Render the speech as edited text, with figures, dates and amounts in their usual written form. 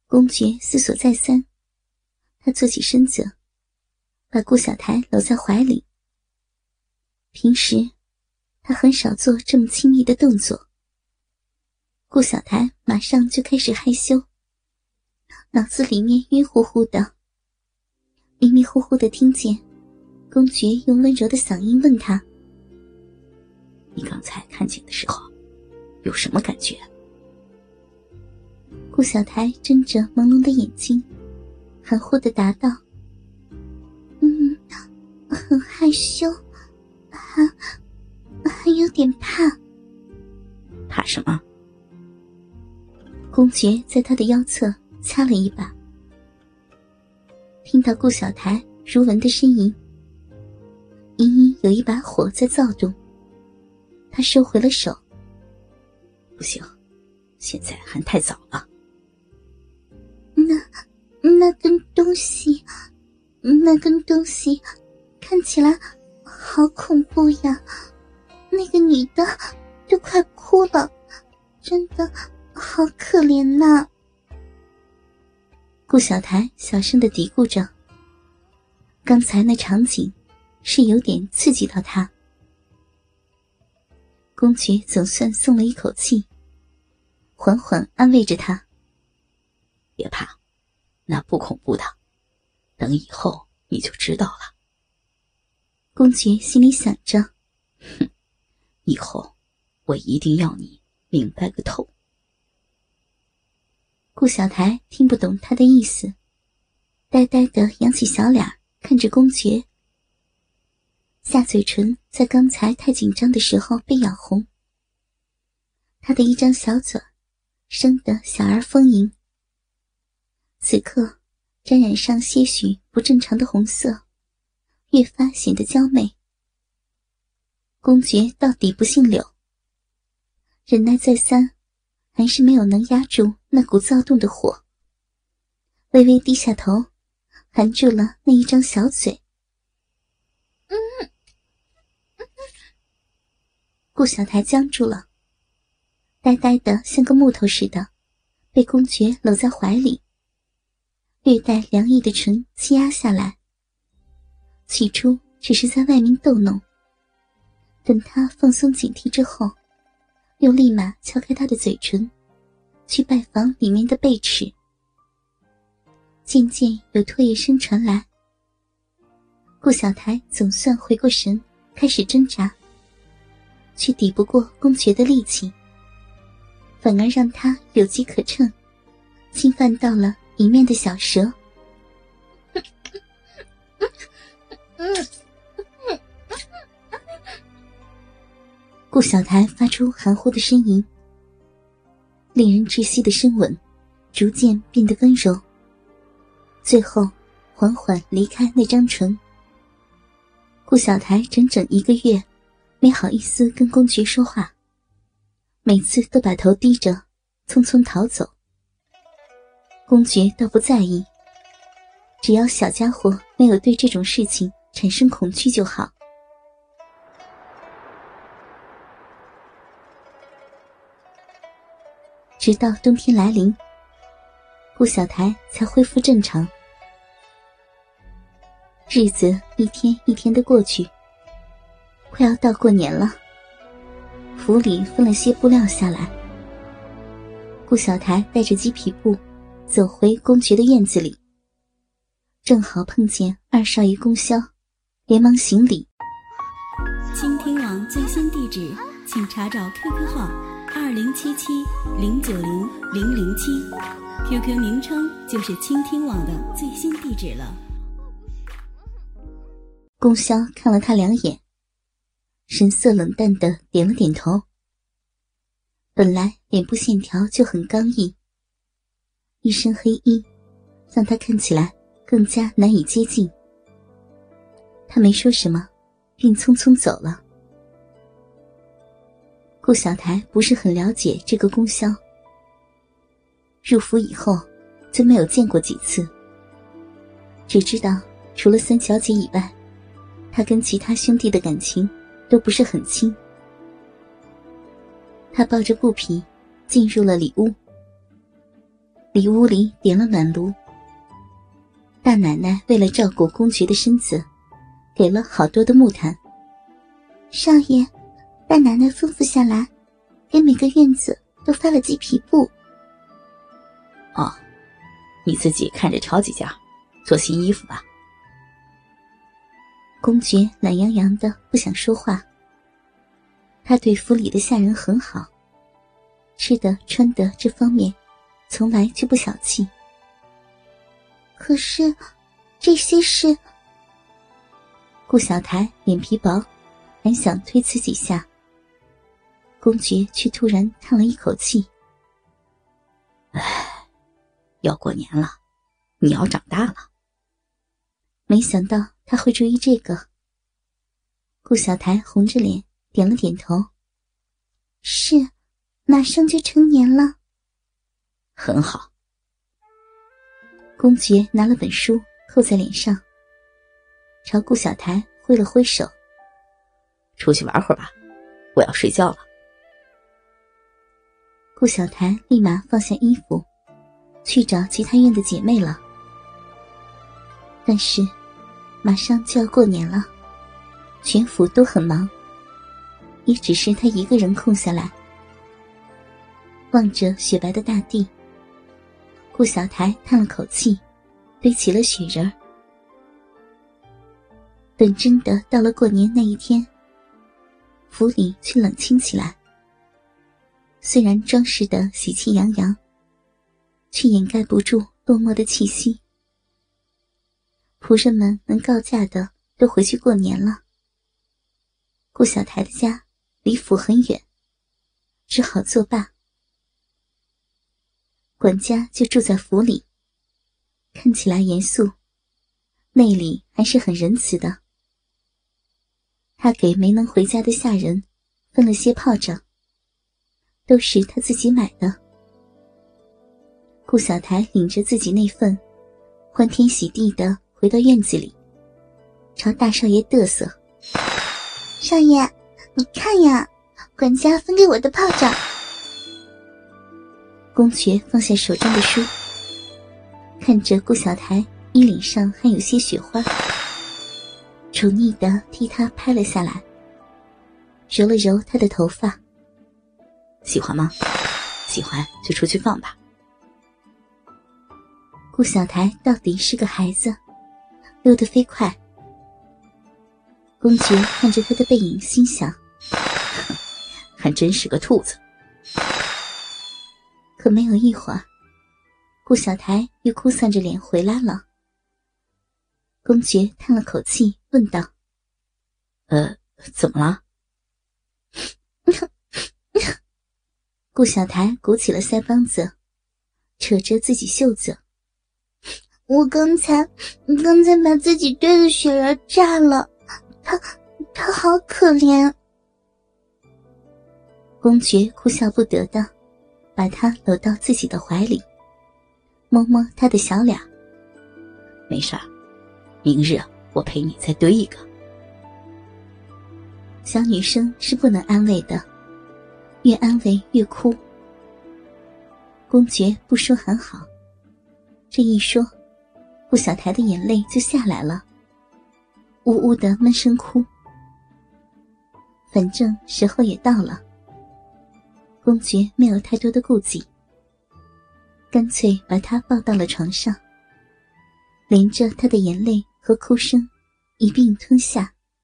公爵思索再三，他坐起身子，把顾小台搂在怀里。平时他很少做这么亲密的动作，顾小台马上就开始害羞，脑子里面晕乎乎的，迷迷糊糊的听见公爵用温柔的嗓音问他： 你刚才看见的时候有什么感觉？ 顾小台睁着朦胧的眼睛，含糊地答道：很害羞，还有点怕。 怕什么？ 公爵在他的腰侧掐了一把。听到顾小台如闻的呻吟，隐隐有一把火在躁动，他收回了手。 不行，现在还太早了。 那根东西看起来好恐怖呀，那个女的都快哭了，真的好可怜呐。顾小台小声地嘀咕着，刚才那场景是有点刺激到他。公爵总算松了一口气，缓缓安慰着他： 别怕，那不恐怖的，等以后你就知道了。 公爵心里想着， 以后我一定要你明白个透。 顾小台听不懂他的意思，呆呆地扬起小脸看着公爵。下嘴唇在刚才太紧张的时候被咬红，他的一张小嘴生得小而丰盈，此刻沾染上些许不正常的红色，越发显得娇媚。公爵到底不姓柳，忍耐再三，还是没有能压住那股躁动的火，微微低下头，含住了那一张小嘴。顾小台僵住了，呆呆的像个木头似的，被公爵搂在怀里，略带凉意的唇欺压下来。起初只是在外面逗弄，等他放松警惕之后，又立马敲开他的嘴唇，去拜访里面的贝齿。渐渐有唾液声传来，顾小台总算回过神，开始挣扎，却抵不过公爵的力气，反而让他有机可乘，侵犯到了里面的小蛇。顾小台发出含糊的呻吟，令人窒息的深吻逐渐变得温柔，最后缓缓离开那张唇。顾小台整整1个月没好意思跟公爵说话，每次都把头低着匆匆逃走。公爵倒不在意，只要小家伙没有对这种事情产生恐惧就好。直到冬天来临，顾小台才恢复正常。日子一天一天的过去，快要到过年了。府里分了些布料下来，顾小台带着鸡皮布走回公爵的院子里，正好碰见二少爷宫萧，连忙行礼。 倾听网最新地址，请查找 QQ 号2077-090-007 ，QQ 名称就是倾听网的最新地址了。 宫萧看了他2眼，神色冷淡地点了点头。本来脸部线条就很刚毅，一身黑衣让他看起来更加难以接近。他没说什么，便匆匆走了。顾小台不是很了解这个宫萧，入府以后就没有见过几次，只知道除了3小姐以外，他跟其他兄弟的感情都不是很亲。他抱着布匹进入了里屋， 里屋里点了暖炉。大奶奶为了照顾公爵的身子，给了好多的木炭。少爷，大奶奶吩咐下来，给每个院子都发了几匹布。 哦，你自己看着挑几件，做新衣服吧。 公爵懒洋洋的不想说话。他对府里的下人很好，吃的穿的这方面从来就不小气。可是这些事……顾小台脸皮薄，还想推辞几下，公爵却突然叹了一口气。 唉，要过年了，你要长大了。 没想到他会注意这个。顾小台红着脸点了点头。是，马上就成年了。 很好。 公爵拿了本书扣在脸上，朝顾小台挥了挥手。 出去玩会儿吧，我要睡觉了。 顾小台立马放下衣服，去找其他院的姐妹了。但是马上就要过年了，全府都很忙，也只是他一个人空下来。望着雪白的大地，顾小台叹了口气，堆起了雪人。等真的到了过年那一天，府里却冷清起来。虽然装饰的喜气洋洋，却掩盖不住落寞的气息。仆人们能告假的都回去过年了。顾小台的家离府很远，只好作罢。管家就住在府里，看起来严肃，内里还是很仁慈的。他给没能回家的下人分了些炮仗，都是他自己买的。顾小台领着自己那份，欢天喜地地回到院子里，朝大少爷嘚瑟：少爷，你看呀，管家分给我的炮仗。公爵放下手中的书，看着顾小台衣领上还有些雪花，宠溺地替她拍了下来，揉了揉她的头发。 喜欢吗？喜欢就出去放吧。 顾小台到底是个孩子，溜得飞快。公爵看着他的背影，心想： 还真是个兔子。 可没有一会儿，顾小台又哭丧着脸回来了。公爵叹了口气，问道： 怎么了？ 顾小台鼓起了腮帮子，扯着自己袖子：我刚才把自己堆的雪人炸了，他好可怜。公爵哭笑不得的把他搂到自己的怀里，摸摸他的小脸。 没事儿，明日我陪你再堆一个。 小女生是不能安慰的，越安慰越哭。公爵不说还好，这一说，顾小台的眼泪就下来了，呜呜的闷声哭。反正时候也到了，公爵没有太多的顾忌，干脆把她抱到了床上，连着她的眼泪和哭声一并吞下。